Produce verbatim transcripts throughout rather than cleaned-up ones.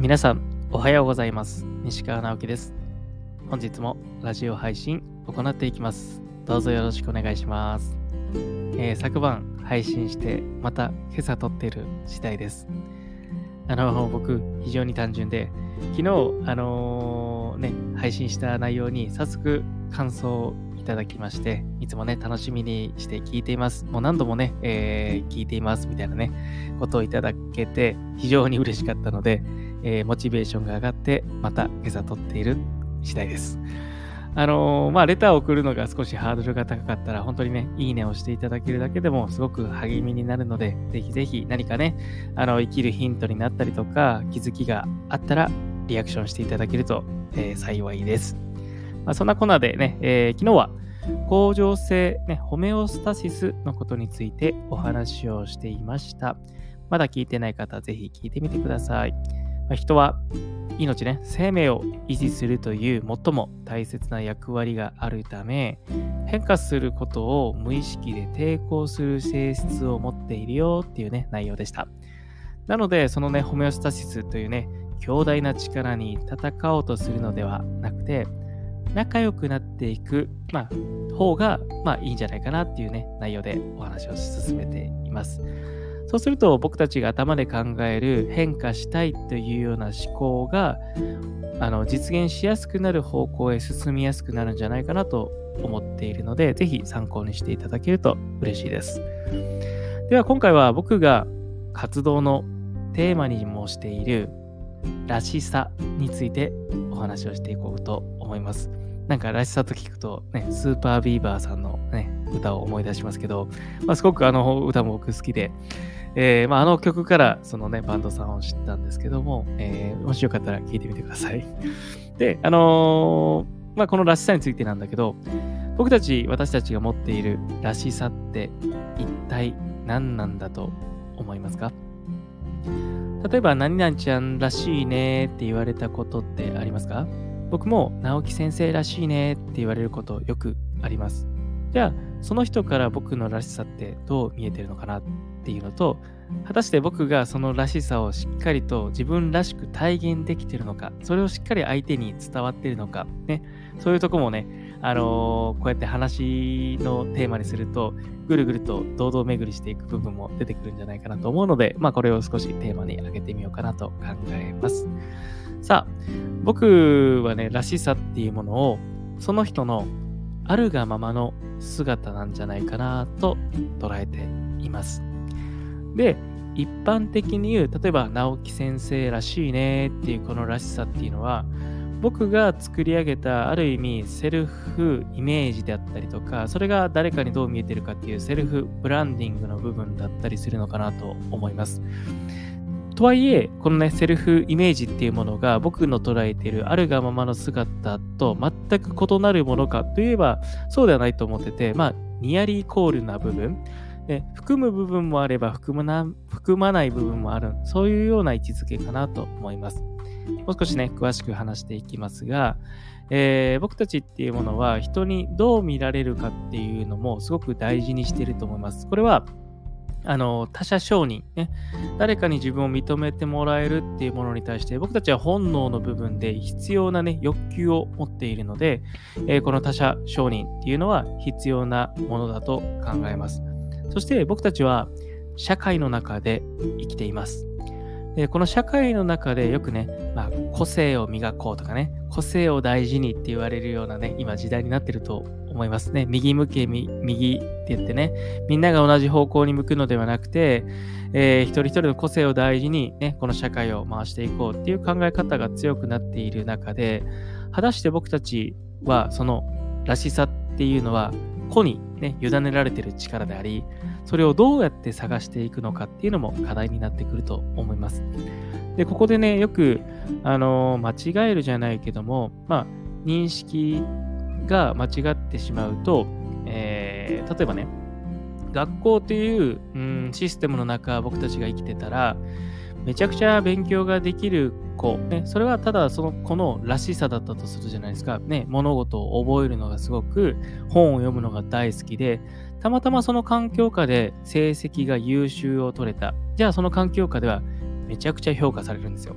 皆さん、おはようございます。西川直樹です。本日もラジオ配信行っていきます。どうぞよろしくお願いします。えー、昨晩配信して、また今朝撮っている次第です。あの、僕、非常に単純で、昨日、あのー、ね、配信した内容に早速感想をいただきまして、いつもね、楽しみにして聞いています。もう何度もね、えー、聞いていますみたいなね、ことをいただけて、非常に嬉しかったので、えー、モチベーションが上がって、また今朝撮っている次第です。あのー、まあ、レターを送るのが少しハードルが高かったら、本当にね、いいねをしていただけるだけでもすごく励みになるので、ぜひぜひ何かね、あの、生きるヒントになったりとか、気づきがあったら、リアクションしていただけると、えー、幸いです。まあ、そんなこんなでね、えー、昨日は、恒常性、ね、ホメオスタシスのことについてお話をしていました。まだ聞いてない方はぜひ聞いてみてください。まあ、人は命ね、生命を維持するという最も大切な役割があるため、変化することを無意識で抵抗する性質を持っているよっていうね、内容でした。なので、そのね、ホメオスタシスというね、強大な力に戦おうとするのではなくて、仲良くなっていく、まあ、方が、まあいいんじゃないかなっていうね、内容でお話を進めています。そうすると僕たちが頭で考える変化したいというような思考があの実現しやすくなる方向へ進みやすくなるんじゃないかなと思っているので、ぜひ参考にしていただけると嬉しいです。では今回は僕が活動のテーマにもしているらしさについてお話をしていこうと思います。なんからしさと聞くと、ね、スーパービーバーさんの、ね、歌を思い出しますけど、まあ、すごくあの歌も僕好きで、えーまあ、あの曲からそのね、バンドさんを知ったんですけども、えー、もしよかったら聴いてみてください。で、あのー、まあ、このらしさについてなんだけど、僕たち、私たちが持っているらしさって一体何なんだと思いますか？例えば、何々ちゃんらしいねって言われたことってありますか？僕も直樹先生らしいねって言われることよくあります。じゃあ、その人から僕のらしさってどう見えてるのかなっていうのと、果たして僕がそのらしさをしっかりと自分らしく体現できてるのか、それをしっかり相手に伝わってるのか、ね、そういうとこもね、あのー、こうやって話のテーマにすると、ぐるぐると堂々巡りしていく部分も出てくるんじゃないかなと思うので、まあこれを少しテーマに挙げてみようかなと考えます。さあ、僕はね、らしさっていうものを、その人のあるがままの姿なんじゃないかなと捉えています。で、一般的に言う、例えば直樹先生らしいねっていうこのらしさっていうのは、僕が作り上げたある意味セルフイメージであったりとか、それが誰かにどう見えてるかっていうセルフブランディングの部分だったりするのかなと思います。とはいえ、このね、セルフイメージっていうものが僕の捉えているあるがままの姿と全く異なるものかといえば、そうではないと思ってて、まあ、ニアリーイコールな部分、で含む部分もあれば含まな、含まない部分もある、そういうような位置づけかなと思います。もう少しね、詳しく話していきますが、えー、僕たちっていうものは人にどう見られるかっていうのもすごく大事にしていると思います。これはあの他者承認、ね、誰かに自分を認めてもらえるっていうものに対して僕たちは本能の部分で必要な、ね、欲求を持っているので、えー、この他者承認っていうのは必要なものだと考えます。そして僕たちは社会の中で生きています。でこの社会の中でよくね、まあ、個性を磨こうとかね、個性を大事にって言われるようなね、今時代になってると思いますね。右向け、右って言ってね、みんなが同じ方向に向くのではなくて、えー、一人一人の個性を大事にね、この社会を回していこうっていう考え方が強くなっている中で、果たして僕たちはそのらしさっていうのは個にね、委ねられている力であり、それをどうやって探していくのかっていうのも課題になってくると思います。で、ここでね、よく、あのー、間違えるじゃないけども、まあ、認識が間違ってしまうと、えー、例えばね、学校という、うん、システムの中、僕たちが生きてたら、めちゃくちゃ勉強ができる子、ね、それはただその子のらしさだったとするじゃないですか。ね、物事を覚えるのがすごく、本を読むのが大好きで、たまたまその環境下で成績が優秀を取れた。じゃあその環境下ではめちゃくちゃ評価されるんですよ。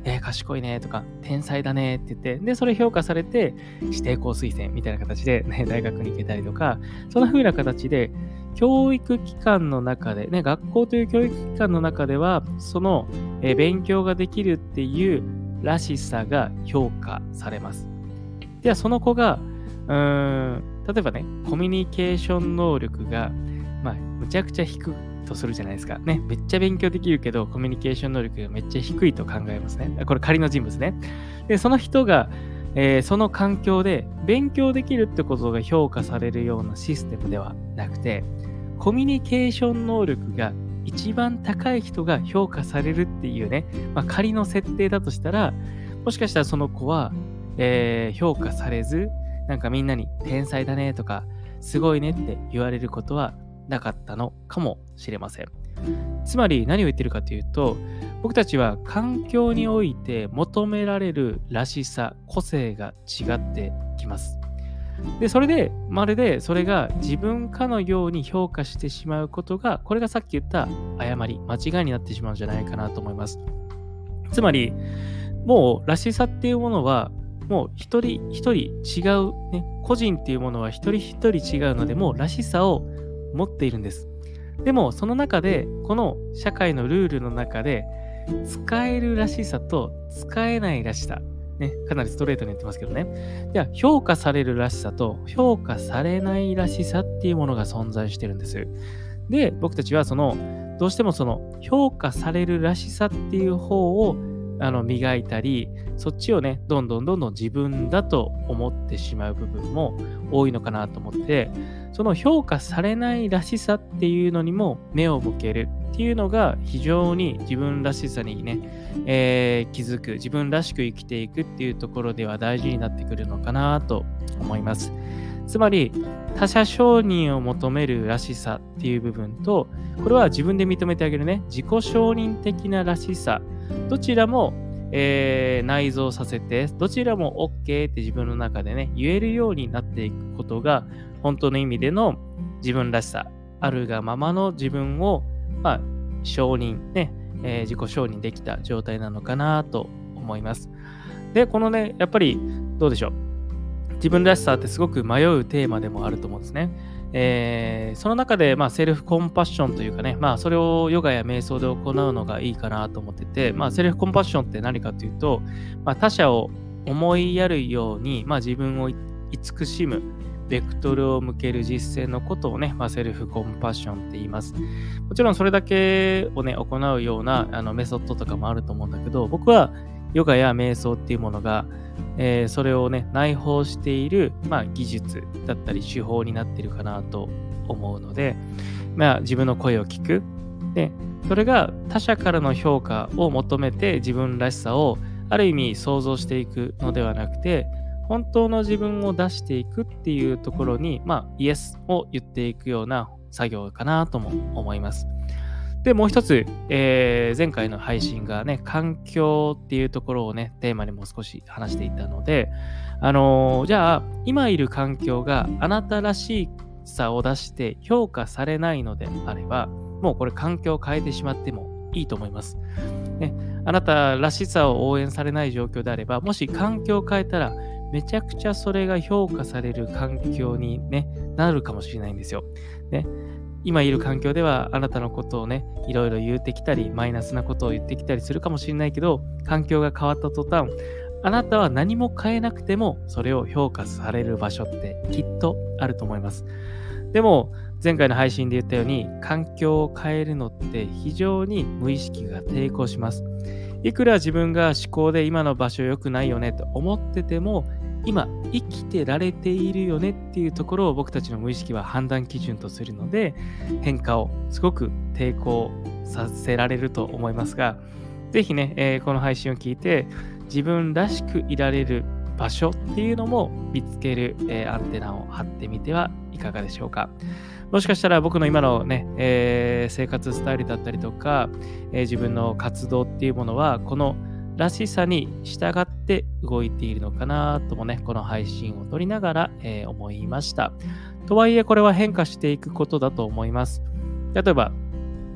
えー、賢いねとか、天才だねって言って、で、それ評価されて、指定校推薦みたいな形で、ね、大学に行けたりとか、そんな風な形で、教育機関の中で、ね、学校という教育機関の中では、その、えー、勉強ができるっていうらしさが評価されます。では、その子が、うーん、例えばね、コミュニケーション能力が、まあ、むちゃくちゃ低いとするじゃないですか。ね、めっちゃ勉強できるけど、コミュニケーション能力がめっちゃ低いと考えますね。これ仮の人物ね。で、その人が、えー、その環境で勉強できるってことが評価されるようなシステムではなくて、コミュニケーション能力が一番高い人が評価されるっていうね、まあ、仮の設定だとしたら、もしかしたらその子は、えー、評価されず、なんかみんなに天才だねとか、すごいねって言われることはなかったのかもしれません。つまり何を言ってるかというと、僕たちは環境において求められるらしさ、個性が違ってきます。で、それで、まるでそれが自分かのように評価してしまうことが、これがさっき言った誤り、間違いになってしまうんじゃないかなと思います。つまり、もうらしさっていうものは、もう一人一人違う、ね、個人っていうものは一人一人違うので、もうらしさを持っているんです。でも、その中で、この社会のルールの中で、使えるらしさと使えないらしさ、ね、かなりストレートに言ってますけどね。じゃあ、評価されるらしさと評価されないらしさっていうものが存在してるんです。で、僕たちはその、どうしてもその評価されるらしさっていう方をあの磨いたり、そっちをね、どんどんどんどん自分だと思ってしまう部分も多いのかなと思って、その評価されないらしさっていうのにも目を向けるっていうのが非常に自分らしさにね、えー、気づく、自分らしく生きていくっていうところでは大事になってくるのかなと思います。つまり、他者承認を求めるらしさっていう部分と、これは自分で認めてあげるね、自己承認的ならしさ、どちらも、えー、内蔵させて、どちらも OK って自分の中でね、言えるようになっていくことが、本当の意味での自分らしさ、あるがままの自分を、まあ、承認、ね、えー、自己承認できた状態なのかなと思います。で、このね、やっぱり、どうでしょう。自分らしさってすごく迷うテーマでもあると思うんですね。えー、その中で、まあ、セルフコンパッションというかね、まあ、それをヨガや瞑想で行うのがいいかなと思ってて、まあ、セルフコンパッションって何かというと、まあ、他者を思いやるように、まあ、自分を慈しむ、ベクトルを向ける実践のことをね、まあ、セルフコンパッションって言います。もちろんそれだけをね、行うようなあのメソッドとかもあると思うんだけど、僕はヨガや瞑想っていうものが、えー、それをね、内包している、まあ、技術だったり手法になっているかなと思うので、まあ、自分の声を聞く。で、それが他者からの評価を求めて自分らしさをある意味想像していくのではなくて、本当の自分を出していくっていうところに、まあ、イエスを言っていくような作業かなとも思います。で、もう一つ、えー、前回の配信がね、環境っていうところをね、テーマにも少し話していたので、あのー、じゃあ、今いる環境があなたらしさを出して評価されないのであれば、もうこれ環境を変えてしまってもいいと思います。ね、あなたらしさを応援されない状況であれば、もし環境を変えたら、めちゃくちゃそれが評価される環境に、ね、なるかもしれないんですよ。ね、今いる環境ではあなたのことをね、いろいろ言ってきたり、マイナスなことを言ってきたりするかもしれないけど、環境が変わった途端、あなたは何も変えなくてもそれを評価される場所ってきっとあると思います。でも、前回の配信で言ったように、環境を変えるのって非常に無意識が抵抗します。いくら自分が思考で今の場所良くないよねと思ってても、今生きてられているよねっていうところを僕たちの無意識は判断基準とするので、変化をすごく抵抗させられると思いますが、ぜひね、えー、この配信を聞いて自分らしくいられる場所っていうのも見つける、えー、アンテナを張ってみてはいかがでしょうか。もしかしたら僕の今のね、えー、生活スタイルだったりとか、えー、自分の活動っていうものはこのらしさに従って動いているのかなともね、この配信を撮りながら、えー、思いました。とはいえこれは変化していくことだと思います。例えば、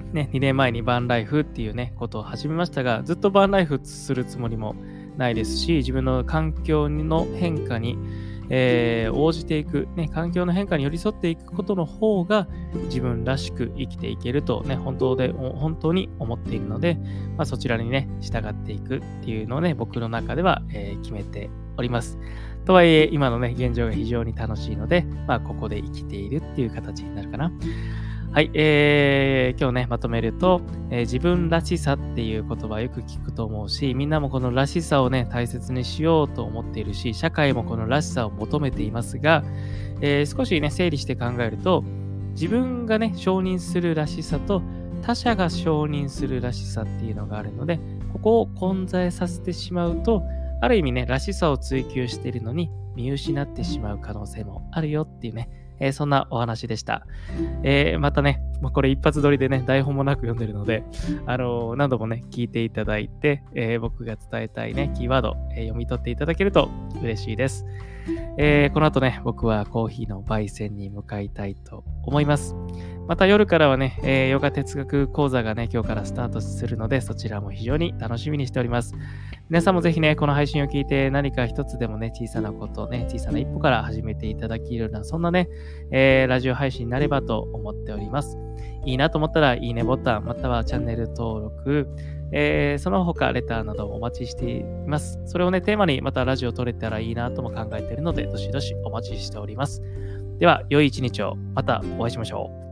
ね、にねんまえにバンライフっていうね、ことを始めましたが、ずっとバンライフするつもりもないですし、自分の環境の変化に、えー応じていく、ね、環境の変化に寄り添っていくことの方が自分らしく生きていけるとね、本当で、本当に思っているので、まあ、そちらにね、従っていくっていうのをね、僕の中では、えー決めております。とはいえ、今のね、現状が非常に楽しいので、まあ、ここで生きているっていう形になるかな。はい、えー、今日ね、まとめると、えー自分らしさっていう言葉よく聞くと思うし、みんなもこのらしさをね、大切にしようと思っているし、社会もこのらしさを求めていますが、えー少しね、整理して考えると、自分がね、承認するらしさと、他者が承認するらしさっていうのがあるので、ここを混在させてしまうと、ある意味ね、らしさを追求しているのに見失ってしまう可能性もあるよっていうね、えーそんなお話でした。えーまたね、もうこれ一発撮りでね、台本もなく読んでるので、あのー何度もね、聞いていただいて、えー僕が伝えたいね、キーワード、えー読み取っていただけると嬉しいです。えーこの後ね、僕はコーヒーの焙煎に向かいたいと思います。また夜からはね、えーヨガ哲学講座がね、今日からスタートするので、そちらも非常に楽しみにしております。皆さんもぜひね、この配信を聞いて何か一つでもね、小さなことをね、小さな一歩から始めていただけるような、そんなね、えーラジオ配信になればと思っております。いいなと思ったら、いいねボタン、またはチャンネル登録、えーその他、レターなどお待ちしています。それをね、テーマにまたラジオ撮れたらいいなとも考えているので、どしどしお待ちしております。では、良い一日を。またお会いしましょう。